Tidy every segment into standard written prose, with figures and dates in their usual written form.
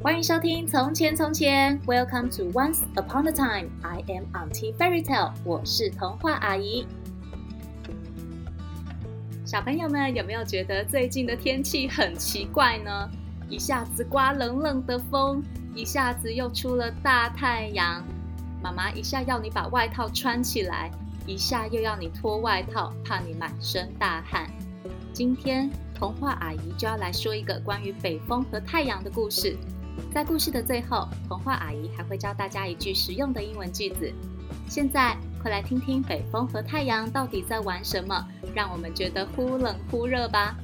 欢迎收听从前从前 Welcome to Once Upon a Time I am Auntie Fairy Tale 我是童话阿姨。小朋友们有没有觉得最近的天气很奇怪呢？一下子刮冷冷的风，一下子又出了大太阳，妈妈一下要你把外套穿起来，一下又要你脱外套，怕你满身大汗。今天童话阿姨就要来说一个关于北风和太阳的故事。在故事的最后，童话阿姨还会教大家一句实用的英文句子。现在快来听听北风和太阳到底在玩什么，让我们觉得忽冷忽热吧。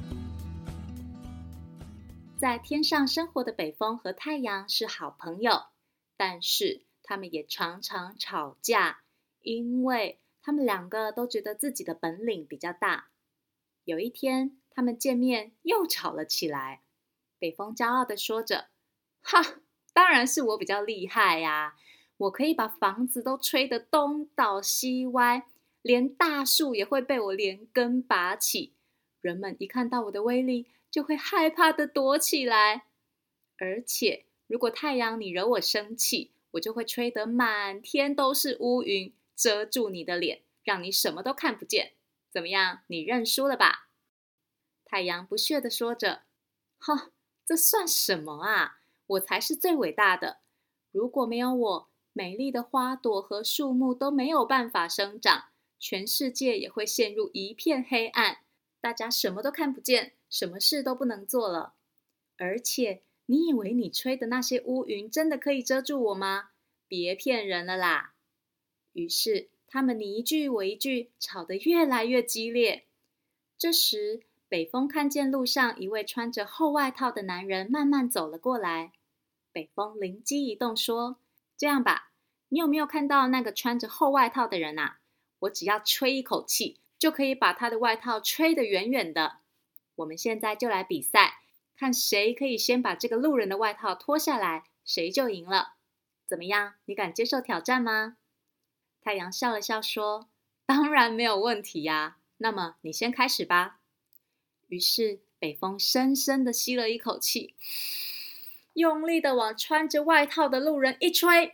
在天上生活的北风和太阳是好朋友，但是他们也常常吵架，因为他们两个都觉得自己的本领比较大。有一天，他们见面又吵了起来。北风骄傲地说着：哈，当然是我比较厉害呀！我可以把房子都吹得东倒西歪，连大树也会被我连根拔起。人们一看到我的威力，就会害怕地躲起来。而且，如果太阳你惹我生气，我就会吹得满天都是乌云，遮住你的脸，让你什么都看不见。怎么样，你认输了吧？太阳不屑地说着：哈，这算什么啊？我才是最伟大的。如果没有我，美丽的花朵和树木都没有办法生长，全世界也会陷入一片黑暗，大家什么都看不见，什么事都不能做了。而且，你以为你吹的那些乌云真的可以遮住我吗？别骗人了啦！于是，他们你一句我一句，吵得越来越激烈。这时，北风看见路上一位穿着厚外套的男人慢慢走了过来。北风灵机一动说：这样吧，你有没有看到那个穿着厚外套的人啊？我只要吹一口气，就可以把他的外套吹得远远的。我们现在就来比赛，看谁可以先把这个路人的外套脱下来，谁就赢了。怎么样，你敢接受挑战吗？太阳笑了笑说：当然没有问题呀，那么你先开始吧。于是北风深深地吸了一口气，用力地往穿着外套的路人一吹，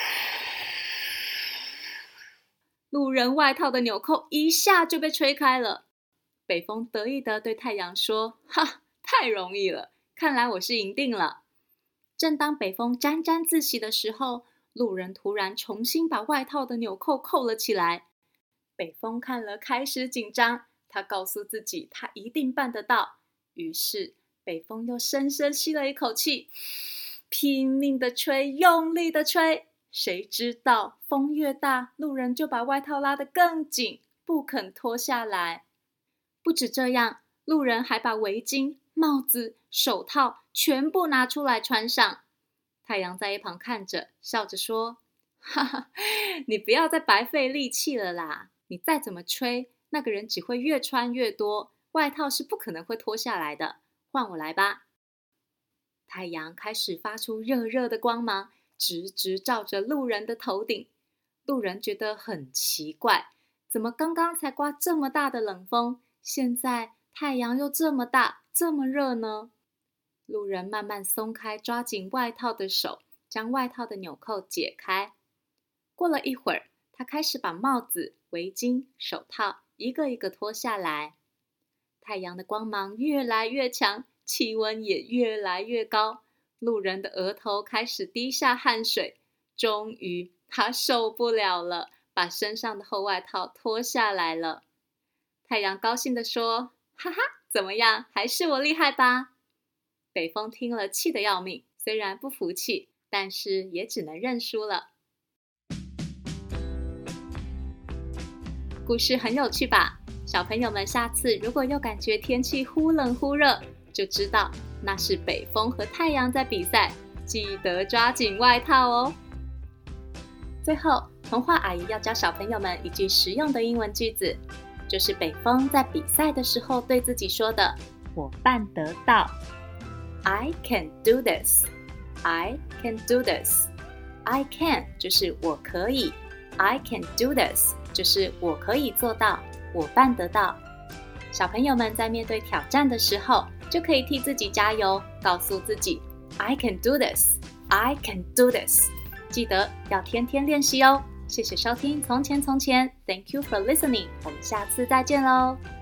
路人外套的纽扣一下就被吹开了。北风得意地对太阳说：哈，太容易了，看来我是赢定了。正当北风沾沾自喜的时候，路人突然重新把外套的纽扣扣了起来。北风看了开始紧张，他告诉自己他一定办得到。于是北风又深深吸了一口气，拼命地吹，用力地吹。谁知道风越大，路人就把外套拉得更紧，不肯脱下来。不止这样，路人还把围巾、帽子、手套全部拿出来穿上。太阳在一旁看着，笑着说：哈哈，你不要再白费力气了啦，你再怎么吹，那个人只会越穿越多，外套是不可能会脱下来的。换我来吧。太阳开始发出热热的光芒，直直照着路人的头顶。路人觉得很奇怪，怎么刚刚才刮这么大的冷风，现在太阳又这么大，这么热呢？路人慢慢松开抓紧外套的手，将外套的纽扣解开。过了一会儿，他开始把帽子、围巾、手套一个一个脱下来。太阳的光芒越来越强，气温也越来越高，路人的额头开始滴下汗水。终于，他受不了了，把身上的厚外套脱下来了。太阳高兴地说：哈哈，怎么样，还是我厉害吧？北风听了气得要命，虽然不服气，但是也只能认输了。故事很有趣吧？小朋友们下次如果又感觉天气忽冷忽热，就知道那是北风和太阳在比赛，记得抓紧外套哦。最后，童话阿姨要教小朋友们一句实用的英文句子，就是北风在比赛的时候对自己说的：我办得到。I can do this. I can do this. I can 就是我可以， I can do this 就是我可以做到，我办得到。小朋友们在面对挑战的时候，就可以替自己加油，告诉自己 I can do this. I can do this. 记得要天天练习哦。谢谢收听《从前从前》，Thank you for listening。我们下次再见喽。